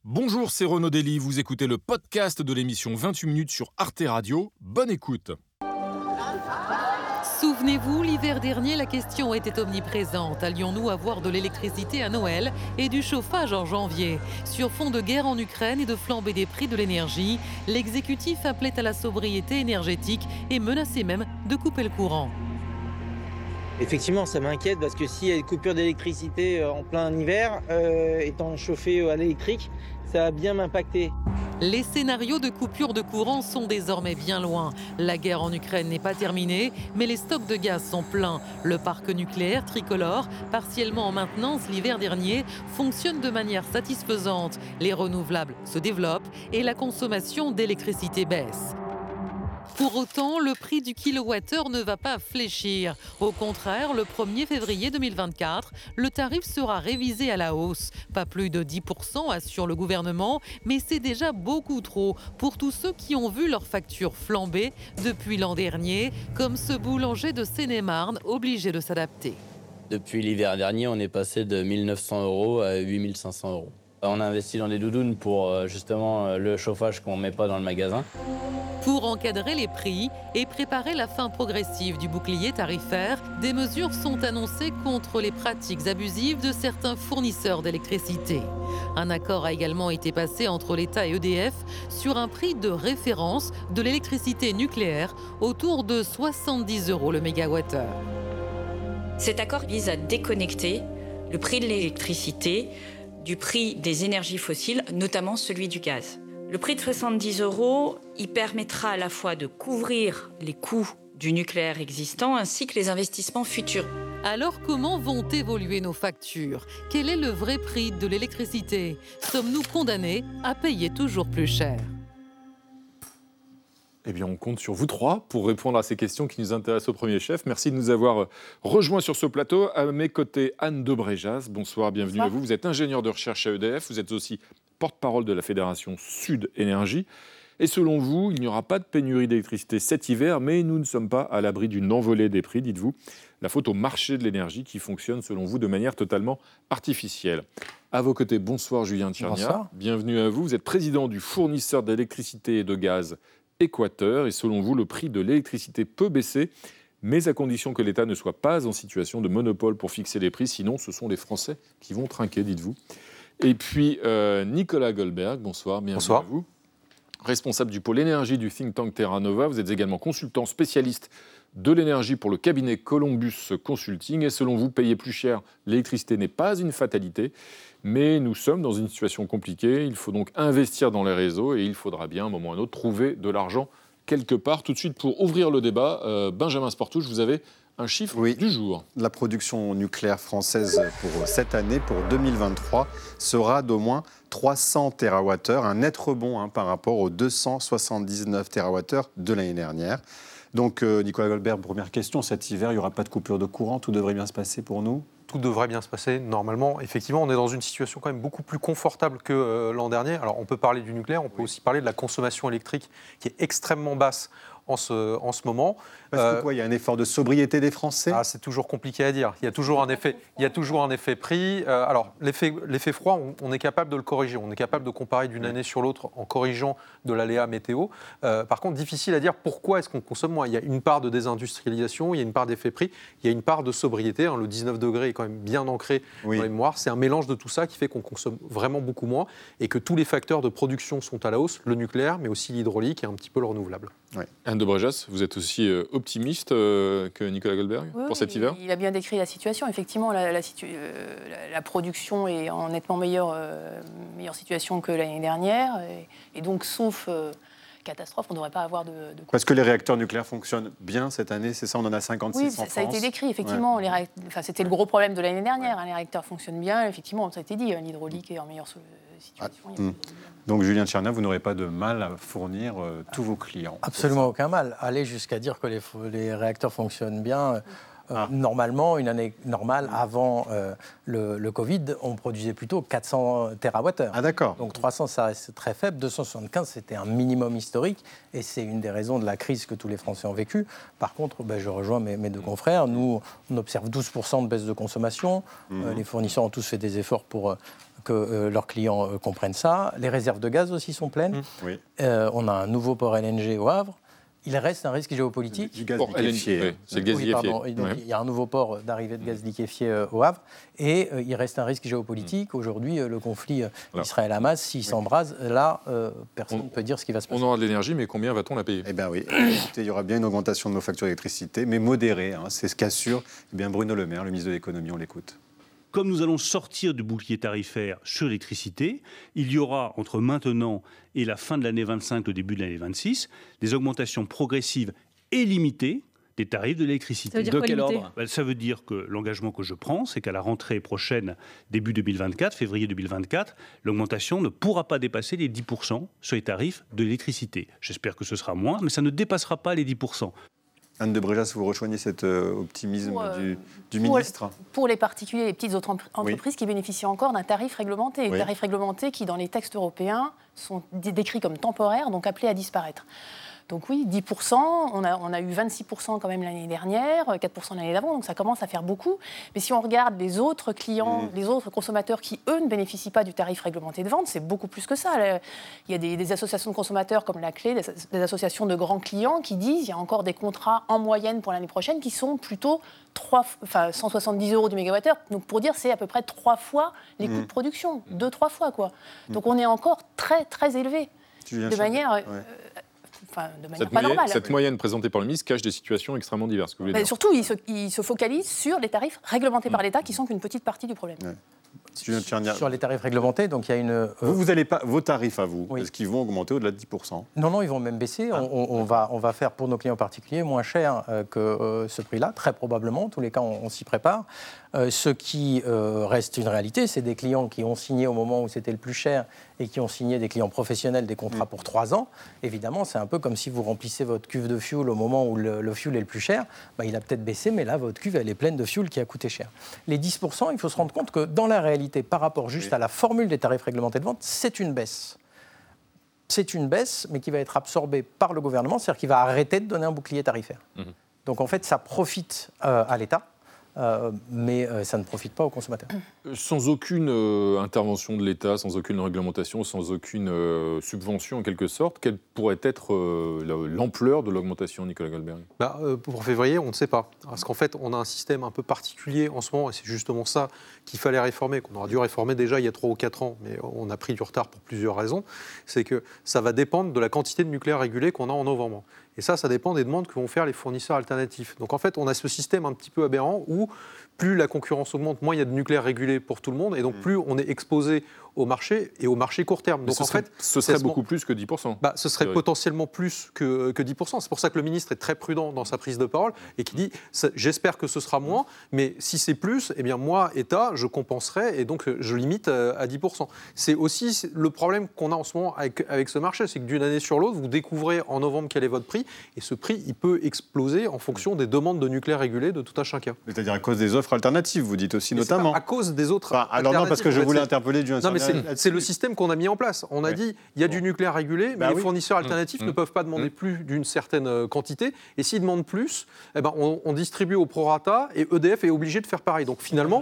Bonjour, c'est Renaud Dely, vous écoutez le podcast de l'émission 28 minutes sur Arte Radio. Bonne écoute. Souvenez-vous, l'hiver dernier, la question était omniprésente. Allions-nous avoir de l'électricité à Noël et du chauffage en janvier? Sur fond de guerre en Ukraine et de flambée des prix de l'énergie, l'exécutif appelait à la sobriété énergétique et menaçait même de couper le courant. Effectivement, ça m'inquiète parce que s'il y a des coupures d'électricité en plein hiver, étant chauffé à l'électrique, ça va bien m'impacter. Les scénarios de coupure de courant sont désormais bien loin. La guerre en Ukraine n'est pas terminée, mais les stocks de gaz sont pleins. Le parc nucléaire tricolore, partiellement en maintenance l'hiver dernier, fonctionne de manière satisfaisante. Les renouvelables se développent et la consommation d'électricité baisse. Pour autant, le prix du kilowattheure ne va pas fléchir. Au contraire, le 1er février 2024, le tarif sera révisé à la hausse. Pas plus de 10%, assure le gouvernement, mais c'est déjà beaucoup trop pour tous ceux qui ont vu leur facture flamber depuis l'an dernier, comme ce boulanger de Seine-et-Marne obligé de s'adapter. Depuis l'hiver dernier, on est passé de 1 900 € à 8 500 €. On a investi dans des doudounes pour justement le chauffage qu'on ne met pas dans le magasin. Pour encadrer les prix et préparer la fin progressive du bouclier tarifaire, des mesures sont annoncées contre les pratiques abusives de certains fournisseurs d'électricité. Un accord a également été passé entre l'État et EDF sur un prix de référence de l'électricité nucléaire autour de 70 € le mégawattheure. Cet accord vise à déconnecter le prix de l'électricité du prix des énergies fossiles, notamment celui du gaz. Le prix de 70 €, il permettra à la fois de couvrir les coûts du nucléaire existant ainsi que les investissements futurs. Alors comment vont évoluer nos factures? Quel est le vrai prix de l'électricité? Sommes-nous condamnés à payer toujours plus cher? Eh bien, on compte sur vous trois pour répondre à ces questions qui nous intéressent au premier chef. Merci de nous avoir rejoints sur ce plateau. À mes côtés, Anne Dobrejas. Bonsoir, bienvenue à vous. Vous êtes ingénieur de recherche à EDF. Vous êtes aussi porte-parole de la Fédération Sud Énergie. Et selon vous, il n'y aura pas de pénurie d'électricité cet hiver, mais nous ne sommes pas à l'abri d'une envolée des prix, dites-vous. La faute au marché de l'énergie qui fonctionne, selon vous, de manière totalement artificielle. À vos côtés, bonsoir Julien Tchernia. Bonsoir. Bienvenue à vous. Vous êtes président du fournisseur d'électricité et de gaz Équateur. Et selon vous, le prix de l'électricité peut baisser, mais à condition que l'État ne soit pas en situation de monopole pour fixer les prix. Sinon, ce sont les Français qui vont trinquer, dites-vous. Et puis, Nicolas Goldberg, bonsoir, bienvenue à vous. Responsable du pôle énergie du think tank Terra Nova. Vous êtes également consultant spécialiste de l'énergie pour le cabinet Columbus Consulting. Et selon vous, payer plus cher l'électricité n'est pas une fatalité, mais nous sommes dans une situation compliquée. Il faut donc investir dans les réseaux et il faudra bien, à un moment ou à un autre, trouver de l'argent quelque part. Tout de suite, pour ouvrir le débat, Benjamin Sportouche, vous avez un chiffre du jour. La production nucléaire française pour cette année, pour 2023, sera d'au moins 300 TWh, un net rebond par rapport aux 279 TWh de l'année dernière. Donc, Nicolas Goldberg, première question, cet hiver, il n'y aura pas de coupure de courant, tout devrait bien se passer pour nous ? Tout devrait bien se passer normalement. Effectivement, on est dans une situation quand même beaucoup plus confortable que l'an dernier. Alors, on peut parler du nucléaire, on peut aussi parler de la consommation électrique qui est extrêmement basse en ce moment. Parce que quoi, il y a un effort de sobriété des Français ? C'est toujours compliqué à dire. Il y a toujours un effet prix. Alors, l'effet froid, on est capable de le corriger. On est capable de comparer d'une année sur l'autre en corrigeant de l'aléa météo. Par contre, difficile à dire pourquoi est-ce qu'on consomme moins. Il y a une part de désindustrialisation, il y a une part d'effet prix, il y a une part de sobriété. Le 19 degrés est quand même bien ancré dans les mémoires. C'est un mélange de tout ça qui fait qu'on consomme vraiment beaucoup moins et que tous les facteurs de production sont à la hausse, le nucléaire, mais aussi l'hydraulique et un petit peu le renouvelable. Oui. Anne Dobrejas, vous êtes aussi optimiste que Nicolas Goldberg pour cet hiver ? Il a bien décrit la situation. Effectivement, la production est en nettement meilleure situation que l'année dernière. Et donc, sauf catastrophe, on ne devrait pas avoir de... Parce que les réacteurs nucléaires fonctionnent bien cette année, c'est ça, on en a 56 en France. Oui, ça a été décrit, effectivement. Ouais. C'était le gros problème de l'année dernière. Les réacteurs fonctionnent bien, effectivement, ça a été dit, l'hydraulique est en meilleure situation. Donc, Julien Tchernia, vous n'aurez pas de mal à fournir tous vos clients. Absolument aucun mal. Aller jusqu'à dire que les réacteurs fonctionnent bien... Normalement, une année normale, avant le Covid, on produisait plutôt 400 TWh. Ah d'accord. Donc 300, ça reste très faible. 275, c'était un minimum historique. Et c'est une des raisons de la crise que tous les Français ont vécu. Par contre, je rejoins mes deux confrères. Nous, on observe 12% de baisse de consommation. Les fournisseurs ont tous fait des efforts pour que leurs clients comprennent ça. Les réserves de gaz aussi sont pleines. Oui. On a un nouveau port LNG au Havre. Il reste un risque géopolitique. Du gaz liquéfié. Oui, c'est le gaz liquéfié. Donc, il y a un nouveau port d'arrivée de gaz liquéfié au Havre. Et il reste un risque géopolitique. Aujourd'hui, le conflit Israël-Hamas, s'il s'embrase, là, personne ne peut dire ce qui va se passer. On aura de l'énergie, mais combien va-t-on la payer ? Eh bien oui, écoutez, il y aura bien une augmentation de nos factures d'électricité, mais modérée. C'est ce qu'assure Bruno Le Maire, le ministre de l'économie. On l'écoute. Comme nous allons sortir du bouclier tarifaire sur l'électricité, il y aura entre maintenant et la fin de l'année 25, le début de l'année 26, des augmentations progressives et limitées des tarifs de l'électricité. Ça veut dire quoi, quel limité ? ordre ? Ça veut dire que l'engagement que je prends, c'est qu'à la rentrée prochaine, début 2024, février 2024, l'augmentation ne pourra pas dépasser les 10% sur les tarifs de l'électricité. J'espère que ce sera moins, mais ça ne dépassera pas les 10%. Anne de Bréjas, vous rejoignez cet optimisme du ministre ? Pour les particuliers et les petites entreprises qui bénéficient encore d'un tarif réglementé. Un tarif réglementé qui, dans les textes européens, sont décrits comme temporaires, donc appelés à disparaître. Donc oui, 10%, on a eu 26% quand même l'année dernière, 4% l'année d'avant, donc ça commence à faire beaucoup. Mais si on regarde les autres clients, les autres consommateurs qui, eux, ne bénéficient pas du tarif réglementé de vente, c'est beaucoup plus que ça. Il y a des associations de consommateurs comme la Clé, des associations de grands clients qui disent qu'il y a encore des contrats en moyenne pour l'année prochaine qui sont plutôt 170 € du mégawattheure. Donc pour dire, c'est à peu près 3 fois les coûts de production, 2-3 fois quoi. Donc on est encore très très élevé de manière... Cette moyenne présentée par le ministre cache des situations extrêmement diverses. Surtout, il se focalise sur les tarifs réglementés par l'État qui sont qu'une petite partie du problème. Sur les tarifs réglementés, donc il y a une... Vous allez pas, vos tarifs à vous, est-ce qu'ils vont augmenter au-delà de 10% ? Non, ils vont même baisser. On va faire pour nos clients particuliers moins cher que ce prix-là, très probablement. En tous les cas, on s'y prépare. Ce qui reste une réalité, c'est des clients qui ont signé au moment où c'était le plus cher et qui ont signé, des clients professionnels, des contrats pour 3 ans. Évidemment, c'est un peu comme si vous remplissez votre cuve de fuel au moment où le fuel est le plus cher. Il a peut-être baissé, mais là, votre cuve, elle est pleine de fuel qui a coûté cher. Les 10%, il faut se rendre compte que dans la réalité, par rapport juste à la formule des tarifs réglementés de vente, c'est une baisse. C'est une baisse, mais qui va être absorbée par le gouvernement, c'est-à-dire qu'il va arrêter de donner un bouclier tarifaire. Donc en fait, ça profite à l'État. Mais ça ne profite pas aux consommateurs. Sans aucune intervention de l'État, sans aucune réglementation, sans aucune subvention en quelque sorte, quelle pourrait être l'ampleur de l'augmentation, Nicolas Goldberg ? Pour février, on ne sait pas. Parce qu'en fait, on a un système un peu particulier en ce moment, et c'est justement ça qu'il fallait réformer, qu'on aurait dû réformer déjà il y a 3 ou 4 ans, mais on a pris du retard pour plusieurs raisons. C'est que ça va dépendre de la quantité de nucléaire régulé qu'on a en novembre. Et ça dépend des demandes que vont faire les fournisseurs alternatifs. Donc en fait, on a ce système un petit peu aberrant où plus la concurrence augmente, moins il y a de nucléaire régulé pour tout le monde, et donc plus on est exposé au marché et au marché court terme. Donc ce serait beaucoup plus que 10%. Ce serait potentiellement plus que 10%. C'est pour ça que le ministre est très prudent dans sa prise de parole et qui dit « j'espère que ce sera moins, mais si c'est plus, eh bien moi, État, je compenserai et donc je limite à 10%. » C'est aussi le problème qu'on a en ce moment avec ce marché, c'est que d'une année sur l'autre, vous découvrez en novembre quel est votre prix, et ce prix, il peut exploser en fonction des demandes de nucléaire régulé de tout un chacun. C'est-à-dire à cause des offres alternatives, vous dites aussi notamment. À cause des autres alternatives. Alors non, parce que je voulais interpeller du c'est le système qu'on a mis en place. On a dit, il y a du nucléaire régulé, mais les fournisseurs alternatifs ne peuvent pas demander plus d'une certaine quantité. Et s'ils demandent plus, on distribue au prorata et EDF est obligé de faire pareil. Donc finalement,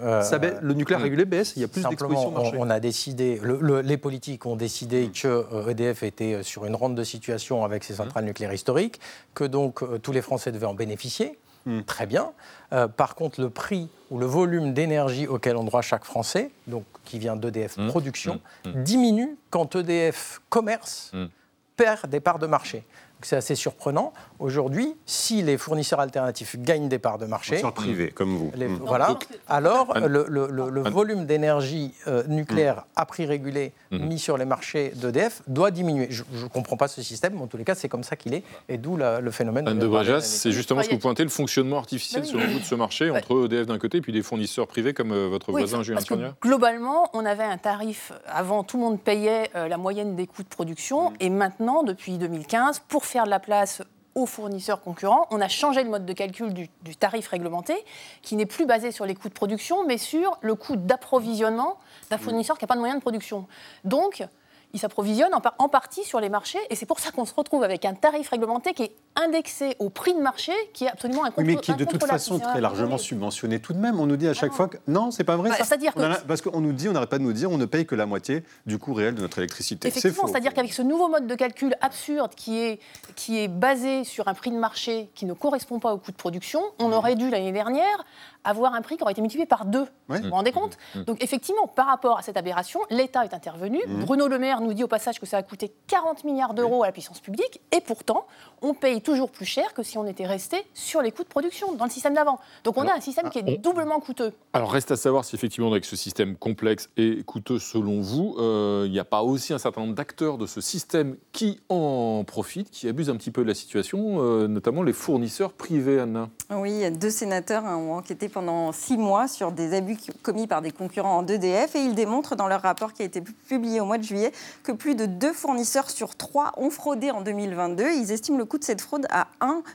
le nucléaire régulé baisse, il y a plus d'exposition marché. On a décidé, les politiques ont décidé que EDF était sur une rente de situation avec ses centrales nucléaires historiques, que donc tous les Français devaient en bénéficier. Très bien. Par contre, le prix ou le volume d'énergie auquel ont droit chaque Français, donc qui vient d'EDF Production, diminue quand EDF Commerce perd des parts de marché. Donc c'est assez surprenant. Aujourd'hui, si les fournisseurs alternatifs gagnent des parts de marché... Fournisseurs privés, comme vous. Alors le volume d'énergie nucléaire à prix régulé mis sur les marchés d'EDF doit diminuer. Je ne comprends pas ce système, mais en tous les cas, c'est comme ça qu'il est, et d'où le phénomène... Anne de Bréjas, c'est justement ce que vous pointez, le fonctionnement artificiel, selon vous, de ce marché, entre EDF d'un côté et puis des fournisseurs privés comme votre voisin Julien Strognard. Globalement, on avait un tarif, avant tout le monde payait la moyenne des coûts de production, et maintenant, depuis 2015, pour faire de la place aux fournisseurs concurrents, on a changé le mode de calcul du tarif réglementé, qui n'est plus basé sur les coûts de production, mais sur le coût d'approvisionnement d'un fournisseur qui n'a pas de moyens de production. Donc, ils s'approvisionnent en partie sur les marchés, et c'est pour ça qu'on se retrouve avec un tarif réglementé qui est indexé au prix de marché, qui est absolument incontrôlable. Mais qui est de toute façon très largement subventionné tout de même. On nous dit à chaque fois que non, c'est pas vrai. Ça. C'est-à-dire parce qu'on nous dit, on n'arrête pas de nous dire, on ne paye que la moitié du coût réel de notre électricité. Effectivement, c'est faux. C'est-à-dire qu'avec ce nouveau mode de calcul absurde qui est basé sur un prix de marché qui ne correspond pas au coût de production, on aurait dû l'année dernière avoir un prix qui aurait été multiplié par 2. Vous vous rendez compte ? Donc effectivement, par rapport à cette aberration, l'État est intervenu. Bruno Le Maire nous dit au passage que ça a coûté 40 milliards d'euros à la puissance publique, et pourtant, on paye toujours plus cher que si on était resté sur les coûts de production dans le système d'avant. Donc on a un système qui est doublement coûteux. Alors reste à savoir si effectivement, avec ce système complexe et coûteux selon vous, il n'y a pas aussi un certain nombre d'acteurs de ce système qui en profitent, qui abusent un petit peu de la situation, notamment les fournisseurs privés, Anna. Oui, 2 sénateurs ont enquêté pendant 6 mois sur des abus commis par des concurrents d'EDF, et ils démontrent dans leur rapport qui a été publié au mois de juillet que plus de 2 fournisseurs sur 3 ont fraudé en 2022. Ils estiment le coût de cette fraude à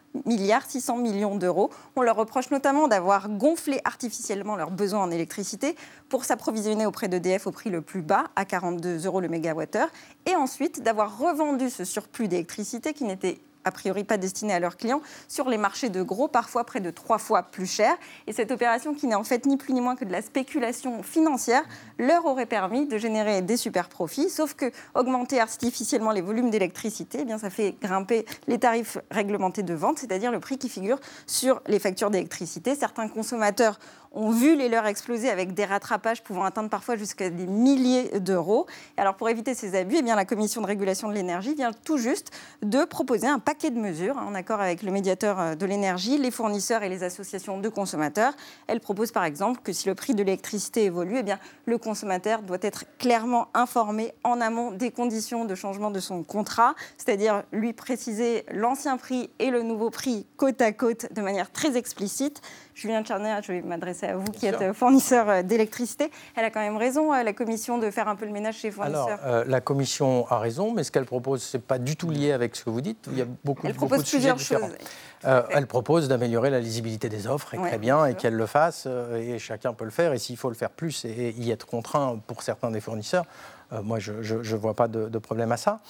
1,6 milliard d'euros. On leur reproche notamment d'avoir gonflé artificiellement leurs besoins en électricité pour s'approvisionner auprès d'EDF au prix le plus bas, à 42 € le mégawattheure, et ensuite d'avoir revendu ce surplus d'électricité qui n'était a priori pas destinés à leurs clients, sur les marchés de gros, parfois près de 3 fois plus cher. Et cette opération, qui n'est en fait ni plus ni moins que de la spéculation financière, leur aurait permis de générer des super profits. Sauf que augmenter artificiellement les volumes d'électricité, eh bien, ça fait grimper les tarifs réglementés de vente, c'est-à-dire le prix qui figure sur les factures d'électricité. Certains consommateurs ont vu les leurs exploser avec des rattrapages pouvant atteindre parfois jusqu'à des milliers d'euros. Et alors, pour éviter ces abus, eh bien, la Commission de régulation de l'énergie vient tout juste de proposer un paquet de mesures, en accord avec le médiateur de l'énergie, les fournisseurs et les associations de consommateurs. Elle propose par exemple que si le prix de l'électricité évolue, eh bien, le consommateur doit être clairement informé en amont des conditions de changement de son contrat, c'est-à-dire lui préciser l'ancien prix et le nouveau prix côte à côte de manière très explicite. Julien Tchernia, je vais m'adresser à vous qui êtes fournisseur d'électricité. Elle a quand même raison, la Commission, de faire un peu le ménage chez les fournisseurs. Alors, la Commission a raison, mais ce qu'elle propose, ce n'est pas du tout lié avec ce que vous dites. Il y a beaucoup de sujets différents. Elle propose d'améliorer la lisibilité des offres, et très bien, et qu'elle le fasse, et chacun peut le faire, et s'il faut le faire plus et y être contraint pour certains des fournisseurs, moi, je ne vois pas de problème à ça.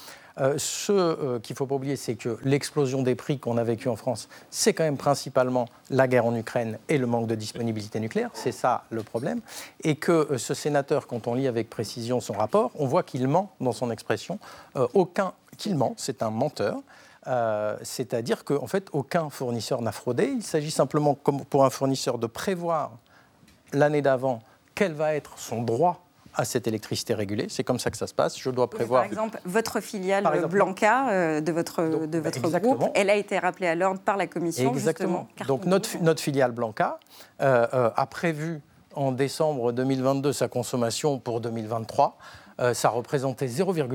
Ce qu'il ne faut pas oublier, c'est que l'explosion des prix qu'on a vécu en France, c'est quand même principalement la guerre en Ukraine et le manque de disponibilité nucléaire. C'est ça le problème. Et que ce sénateur, quand on lit avec précision son rapport, on voit qu'il ment dans son expression. Qu'il ment, c'est un menteur. C'est-à-dire qu'en fait, aucun fournisseur n'a fraudé. Il s'agit simplement, comme pour un fournisseur, de prévoir l'année d'avant quel va être son droit à cette électricité régulée. C'est comme ça que ça se passe. Je dois prévoir... Par exemple, votre filiale Blanca de votre groupe, elle a été rappelée à l'ordre par la Commission. Exactement. Donc notre filiale Blanca a prévu en décembre 2022 sa consommation pour 2023. Ça représentait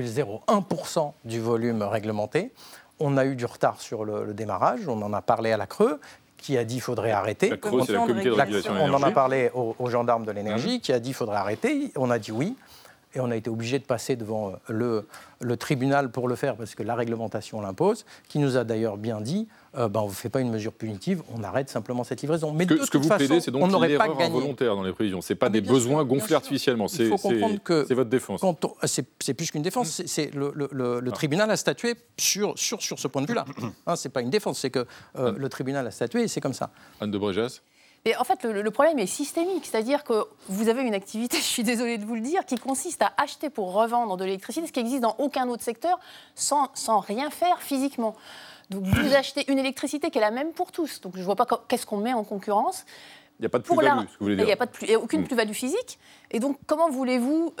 0,01% du volume réglementé. On a eu du retard sur le démarrage. On en a parlé à la Creux, qui a dit qu'il faudrait arrêter. La Creux, c'est le comité de régulation de l'énergie. On en a parlé aux gendarmes de l'énergie, qui a dit qu'il faudrait arrêter. On a dit oui. Et on a été obligé de passer devant le tribunal pour le faire, parce que la réglementation l'impose, qui nous a d'ailleurs bien dit on ne fait pas une mesure punitive, on arrête simplement cette livraison. Mais ce que vous plaidez, c'est donc l'erreur involontaire dans les prévisions. Ce n'est pas des besoins gonflés artificiellement. Il faut comprendre que c'est votre défense. C'est plus qu'une défense. Le tribunal a statué sur ce point de vue-là. Ce n'est pas une défense, c'est que le tribunal a statué et c'est comme ça. Anne de Bréjas. Et en fait, le problème est systémique, c'est-à-dire que vous avez une activité, je suis désolée de vous le dire, qui consiste à acheter pour revendre de l'électricité, ce qui existe dans aucun autre secteur, sans rien faire physiquement. Donc vous achetez une électricité qui est la même pour tous. Donc je ne vois pas qu'est-ce qu'on met en concurrence. Il n'y a pas de plus-value, ce que vous voulez dire. Il n'y a aucune plus-value physique. Et donc, comment voulez-vous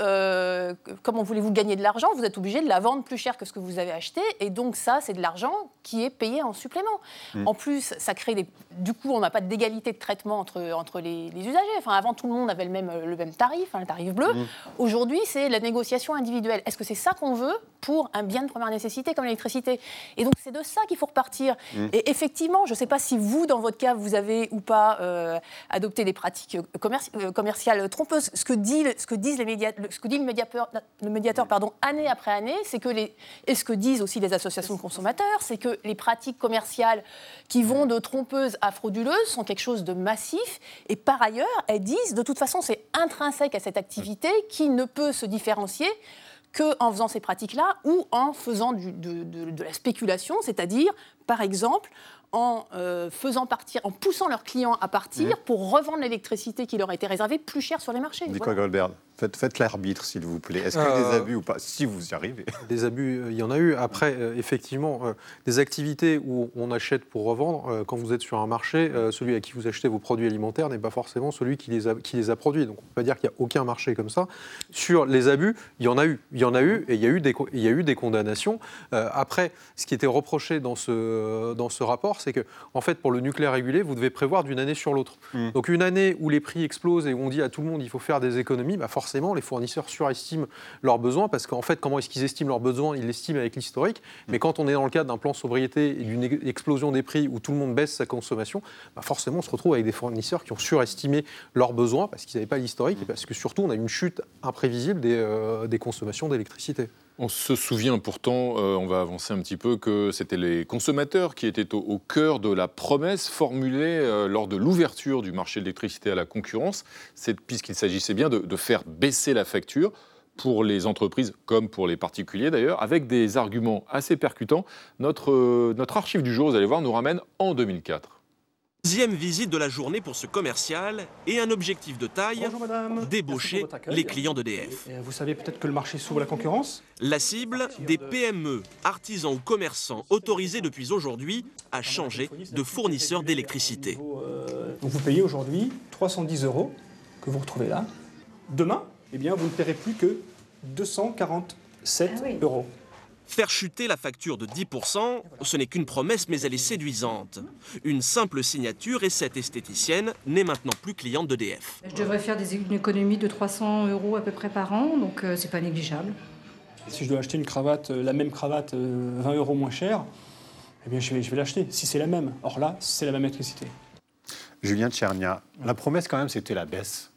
gagner de l'argent ? Vous êtes obligé de la vendre plus cher que ce que vous avez acheté. Et donc, ça, c'est de l'argent qui est payé en supplément. En plus, ça crée du coup, on n'a pas d'égalité de traitement entre les usagers. Enfin, avant, tout le monde avait le même tarif, le tarif bleu. Aujourd'hui, c'est la négociation individuelle. Est-ce que c'est ça qu'on veut pour un bien de première nécessité comme l'électricité ? Et donc, c'est de ça qu'il faut repartir. Et effectivement, je ne sais pas si vous, dans votre cas, vous avez ou pas adopté des pratiques commerciales trompeuses. Ce que dit le médiateur année après année, c'est que et ce que disent aussi les associations de consommateurs, c'est que les pratiques commerciales qui vont de trompeuses à frauduleuses sont quelque chose de massif. Et par ailleurs, elles disent, de toute façon, c'est intrinsèque à cette activité qui ne peut se différencier qu'en faisant ces pratiques-là ou en faisant de la spéculation, c'est-à-dire, par exemple, en poussant leurs clients à partir pour revendre l'électricité qui leur a été réservée plus cher sur les marchés. Nicolas Goldberg, faites l'arbitre, s'il vous plaît. Est-ce qu'il y a des abus ou pas? Si vous y arrivez. Des abus, il y en a eu. Après, effectivement, des activités où on achète pour revendre, quand vous êtes sur un marché, celui à qui vous achetez vos produits alimentaires n'est pas forcément celui qui les a produits. Donc on ne peut pas dire qu'il n'y a aucun marché comme ça. Sur les abus, il y en a eu. Il y en a eu et il y a eu des condamnations. Après, ce qui était reproché dans ce rapport, c'est que, en fait, pour le nucléaire régulé, vous devez prévoir d'une année sur l'autre. Donc une année où les prix explosent et où on dit à tout le monde il faut faire des économies, forcément, les fournisseurs surestiment leurs besoins parce qu'en fait, comment est-ce qu'ils estiment leurs besoins? Ils l'estiment avec l'historique. Mais quand on est dans le cadre d'un plan sobriété et d'une explosion des prix où tout le monde baisse sa consommation, forcément, on se retrouve avec des fournisseurs qui ont surestimé leurs besoins parce qu'ils n'avaient pas l'historique et parce que surtout, on a une chute imprévisible des consommations d'électricité. On se souvient pourtant, on va avancer un petit peu, que c'était les consommateurs qui étaient au cœur de la promesse formulée lors de l'ouverture du marché de l'électricité à la concurrence, puisqu'il s'agissait bien de faire baisser la facture pour les entreprises comme pour les particuliers d'ailleurs, avec des arguments assez percutants. Notre archive du jour, vous allez voir, nous ramène en 2004. Deuxième visite de la journée pour ce commercial et un objectif de taille, débaucher les clients d'EDF. Vous savez peut-être que le marché s'ouvre à la concurrence. La cible, des PME, artisans ou commerçants autorisés depuis aujourd'hui à changer de fournisseur d'électricité. Donc vous payez aujourd'hui 310 € que vous retrouvez là. Demain, vous ne paierez plus que 247 €. Faire chuter la facture de 10%, ce n'est qu'une promesse, mais elle est séduisante. Une simple signature et cette esthéticienne n'est maintenant plus cliente d'EDF. Je devrais faire une économie de 300 € à peu près par an, donc c'est pas négligeable. Si je dois acheter une cravate, la même cravate, 20 € moins chère, je vais l'acheter, si c'est la même. Or là, c'est la même électricité. Julien Tchernia, la promesse quand même, c'était la baisse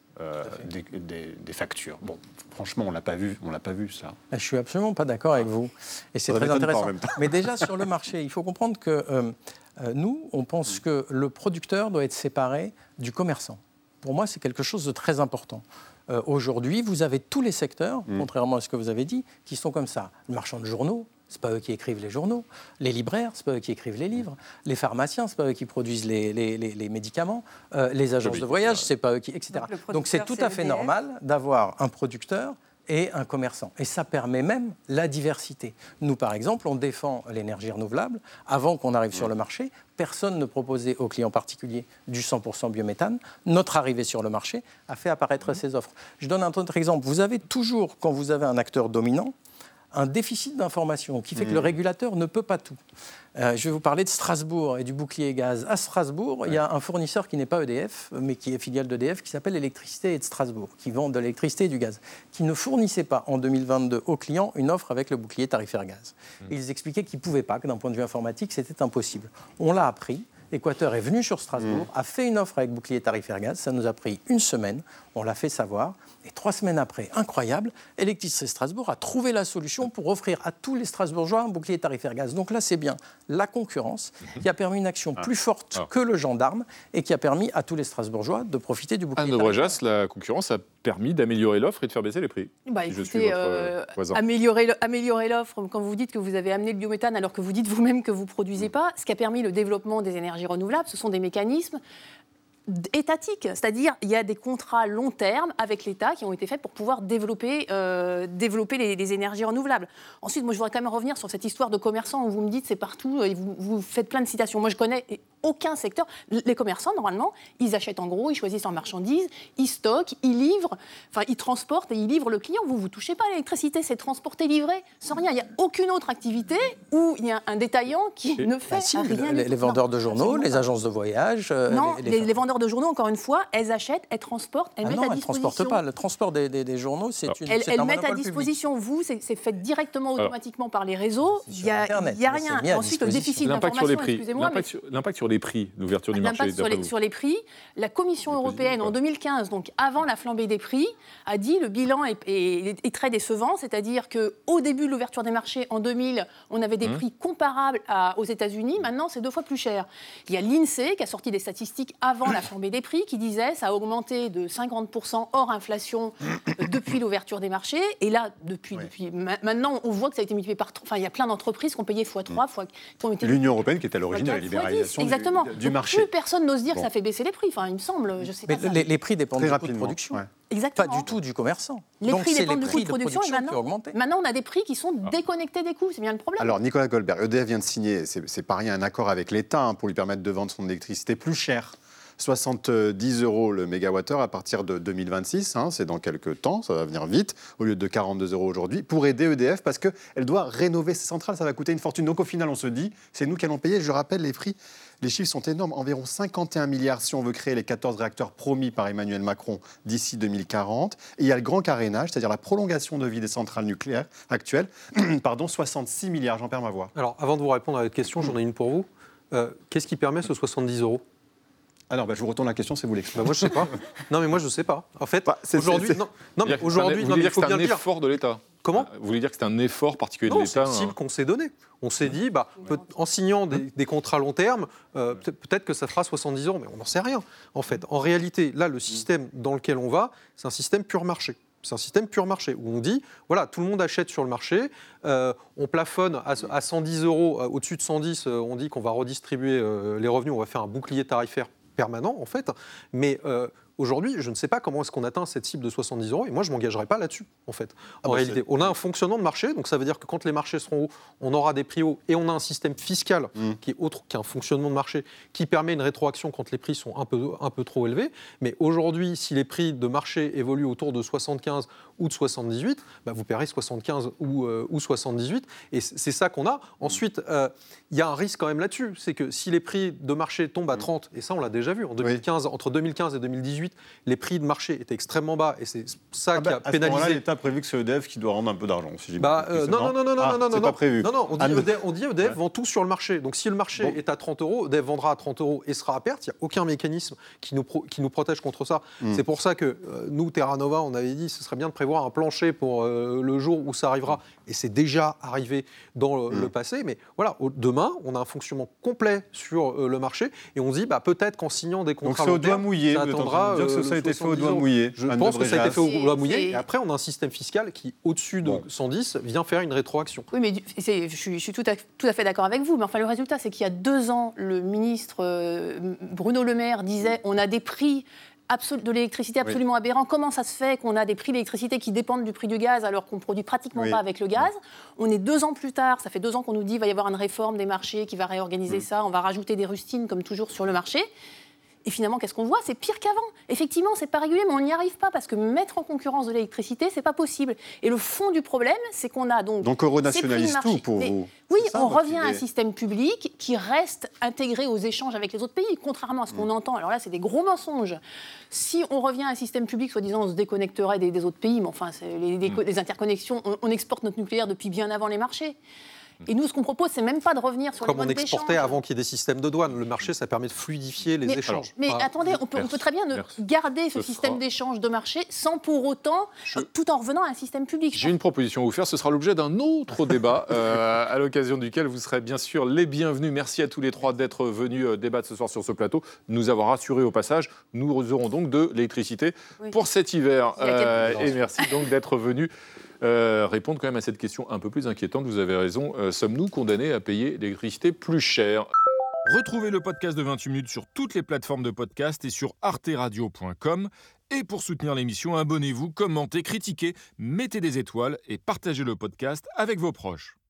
des factures. Bon, franchement, on l'a pas vu ça. Je suis absolument pas d'accord avec vous. Et c'est très intéressant. Mais déjà, sur le marché, il faut comprendre que nous, on pense que le producteur doit être séparé du commerçant. Pour moi, c'est quelque chose de très important. Aujourd'hui, vous avez tous les secteurs, contrairement à ce que vous avez dit, qui sont comme ça. Le marchand de journaux, c'est pas eux qui écrivent les journaux. Les libraires, c'est pas eux qui écrivent les livres. Les pharmaciens, c'est pas eux qui produisent les médicaments. Les agences de voyage, c'est pas eux qui, etc. Donc c'est tout à fait normal d'avoir un producteur et un commerçant. Et ça permet même la diversité. Nous, par exemple, on défend l'énergie renouvelable. Avant qu'on arrive sur le marché, personne ne proposait aux clients particuliers du 100% biométhane. Notre arrivée sur le marché a fait apparaître ces offres. Je donne un autre exemple. Vous avez toujours, quand vous avez un acteur dominant, un déficit d'information qui fait que le régulateur ne peut pas tout. Je vais vous parler de Strasbourg et du bouclier gaz. À Strasbourg, il y a un fournisseur qui n'est pas EDF, mais qui est filiale d'EDF, qui s'appelle Électricité et de Strasbourg, qui vend de l'électricité et du gaz, qui ne fournissait pas en 2022 aux clients une offre avec le bouclier tarifaire gaz. Ils expliquaient qu'ils ne pouvaient pas, que d'un point de vue informatique, c'était impossible. On l'a appris. Équateur est venu sur Strasbourg, a fait une offre avec bouclier tarifaire gaz. Ça nous a pris une semaine. On l'a fait savoir. Et 3 semaines après, incroyable, Électricité Strasbourg a trouvé la solution pour offrir à tous les Strasbourgeois un bouclier tarifaire gaz. Donc là, c'est bien la concurrence qui a permis une action plus forte que le gendarme et qui a permis à tous les Strasbourgeois de profiter du bouclier tarifaire gaz. La concurrence a permis d'améliorer l'offre et de faire baisser les prix. Écoutez, améliorer l'offre, quand vous dites que vous avez amené le biométhane alors que vous dites vous-même que vous ne produisez pas, ce qui a permis le développement des énergies renouvelables, ce sont des mécanismes étatique, c'est-à-dire il y a des contrats long terme avec l'État qui ont été faits pour pouvoir développer les énergies renouvelables. Ensuite, moi je voudrais quand même revenir sur cette histoire de commerçants où vous me dites c'est partout, et vous faites plein de citations. Moi je connais aucun secteur. Les commerçants, normalement, ils achètent en gros, ils choisissent en marchandises, ils stockent, ils livrent, enfin ils transportent et ils livrent le client. Vous ne touchez pas à l'électricité, c'est transporter, livrer, sans rien. Il n'y a aucune autre activité où il y a un détaillant qui ne fait rien. Les vendeurs de journaux, les agences de voyage... Non, les vendeurs de journaux, encore une fois, elles achètent, elles transportent, elles mettent à disposition. Non, elles ne transportent pas. Le transport des journaux, c'est un monopole public. Elles mettent à disposition, c'est fait directement, automatiquement par les réseaux. Il n'y a rien. Ensuite, le déficit d'information, excusez-moi. L'impact sur les prix, l'ouverture du marché. Sur les prix, la Commission européenne en 2015, donc avant la flambée des prix, a dit le bilan est très décevant, c'est-à-dire qu'au début de l'ouverture des marchés en 2000, on avait des prix comparables aux États-Unis, maintenant c'est 2 fois plus cher. Il y a l'INSEE qui a sorti des statistiques avant la flambée des prix qui disait ça a augmenté de 50% hors inflation depuis l'ouverture des marchés, et là, depuis maintenant, on voit que ça a été multiplié par 3. Enfin, il y a plein d'entreprises qui ont payé x3, L'Union européenne qui est à l'origine de la libéralisation du marché. Plus personne n'ose dire que ça fait baisser les prix. Enfin, il me semble, je sais pas. Mais les prix dépendent du coût de production. Exactement. Pas du tout du commerçant. Les prix dépendent du coût de production qui ont augmenté. Maintenant, on a des prix qui sont déconnectés des coûts. C'est bien le problème. Alors, Nicolas Goldberg, EDF vient de signer, c'est pas rien, un accord avec l'État pour lui permettre de vendre son électricité plus cher. 70 € le mégawattheure à partir de 2026, c'est dans quelques temps, ça va venir vite, au lieu de 42 € aujourd'hui, pour aider EDF parce qu'elle doit rénover ses centrales, ça va coûter une fortune. Donc au final, on se dit, c'est nous qui allons payer. Je rappelle, les prix, les chiffres sont énormes, environ 51 milliards si on veut créer les 14 réacteurs promis par Emmanuel Macron d'ici 2040. Et il y a le grand carénage, c'est-à-dire la prolongation de vie des centrales nucléaires actuelles, 66 milliards, j'en perds ma voix. Alors, avant de vous répondre à votre question, j'en ai une pour vous. Qu'est-ce qui permet ce 70 €? Alors, je vous retourne la question, c'est vous l'expliquer. Moi, je sais pas. Non, mais moi, je sais pas. En fait, aujourd'hui, aujourd'hui, il faut bien un le dire. effort de l'État. Comment ? Vous voulez dire que c'est un effort particulier de l'État? Non, c'est une cible qu'on s'est donnée. On s'est dit, en signant des contrats long terme, peut-être que ça fera 70 €, mais on n'en sait rien. En fait, en réalité, là, le système dans lequel on va, c'est un système pur marché. C'est un système pur marché où on dit, voilà, tout le monde achète sur le marché, on plafonne à 110 €, au-dessus de 110, on dit qu'on va redistribuer les revenus, on va faire un bouclier tarifaire permanent, en fait. Mais aujourd'hui, je ne sais pas comment est-ce qu'on atteint cette cible de 70 €, et moi, je ne m'engagerai pas là-dessus, en fait. En réalité, on a un fonctionnement de marché, donc ça veut dire que quand les marchés seront hauts, on aura des prix hauts, et on a un système fiscal qui est autre qu'un fonctionnement de marché, qui permet une rétroaction quand les prix sont un peu trop élevés. Mais aujourd'hui, si les prix de marché évoluent autour de 75 ou de 78, vous paierez 75 ou 78, et c'est ça qu'on a. Ensuite, il y a un risque quand même là-dessus, c'est que si les prix de marché tombent à 30, et ça, on l'a déjà vu, entre 2015 et 2018, les prix de marché étaient extrêmement bas, et c'est ça qui a pénalisé. À ce moment-là, l'État a prévu que c'est EDF qui doit rendre un peu d'argent. Si non, c'est pas prévu. Non, on dit EDF vend tout sur le marché. Donc si le marché est à 30 €, EDF vendra à 30 € et sera à perte. Il n'y a aucun mécanisme qui nous protège contre ça. C'est pour ça que nous, Terra Nova, on avait dit que ce serait bien de prévoir un plancher pour le jour où ça arrivera. Et c'est déjà arrivé dans le passé. Mais voilà, demain, on a un fonctionnement complet sur le marché, et on se dit peut-être qu'en signant des contrats long terme, ça attendra. Dire que ça a été fait au doigt mouillé. Je pense que ça a été fait au doigt mouillé. Et après, on a un système fiscal qui, au-dessus de 110, vient faire une rétroaction. Oui, mais je suis tout à fait d'accord avec vous. Mais enfin, le résultat, c'est qu'il y a 2 ans, le ministre Bruno Le Maire disait on a des prix de l'électricité absolument aberrants. Comment ça se fait qu'on a des prix d'électricité qui dépendent du prix du gaz alors qu'on ne produit pratiquement pas avec le gaz? On est 2 ans plus tard, ça fait 2 ans qu'on nous dit qu'il va y avoir une réforme des marchés qui va réorganiser ça, on va rajouter des rustines comme toujours sur le marché. Et finalement, qu'est-ce qu'on voit? C'est pire qu'avant. Effectivement, c'est pas régulier, mais on n'y arrive pas parce que mettre en concurrence de l'électricité, c'est pas possible. Et le fond du problème, c'est qu'on a donc on renationalise tout pour vous. Oui, on revient à un système public qui reste intégré aux échanges avec les autres pays, contrairement à ce qu'on entend. Alors là, c'est des gros mensonges. Si on revient à un système public, soi-disant, on se déconnecterait des autres pays, mais enfin, les interconnexions, on exporte notre nucléaire depuis bien avant les marchés. Et nous, ce qu'on propose, c'est même pas de revenir sur les modes d'échange. Comme on exportait avant qu'il y ait des systèmes de douane. Le marché, ça permet de fluidifier les échanges. Mais attendez, on peut très bien garder ce système d'échange de marché sans pour autant, tout en revenant à un système public. J'ai une proposition à vous faire. Ce sera l'objet d'un autre débat, à l'occasion duquel vous serez bien sûr les bienvenus. Merci à tous les trois d'être venus débattre ce soir sur ce plateau, nous avoir rassurés au passage. Nous aurons donc de l'électricité pour cet hiver. Et merci donc d'être venus. Répondre quand même à cette question un peu plus inquiétante. Vous avez raison, sommes-nous condamnés à payer l'électricité plus cher? Retrouvez le podcast de 28 minutes sur toutes les plateformes de podcast et sur arteradio.com. Et pour soutenir l'émission, abonnez-vous, commentez, critiquez, mettez des étoiles et partagez le podcast avec vos proches.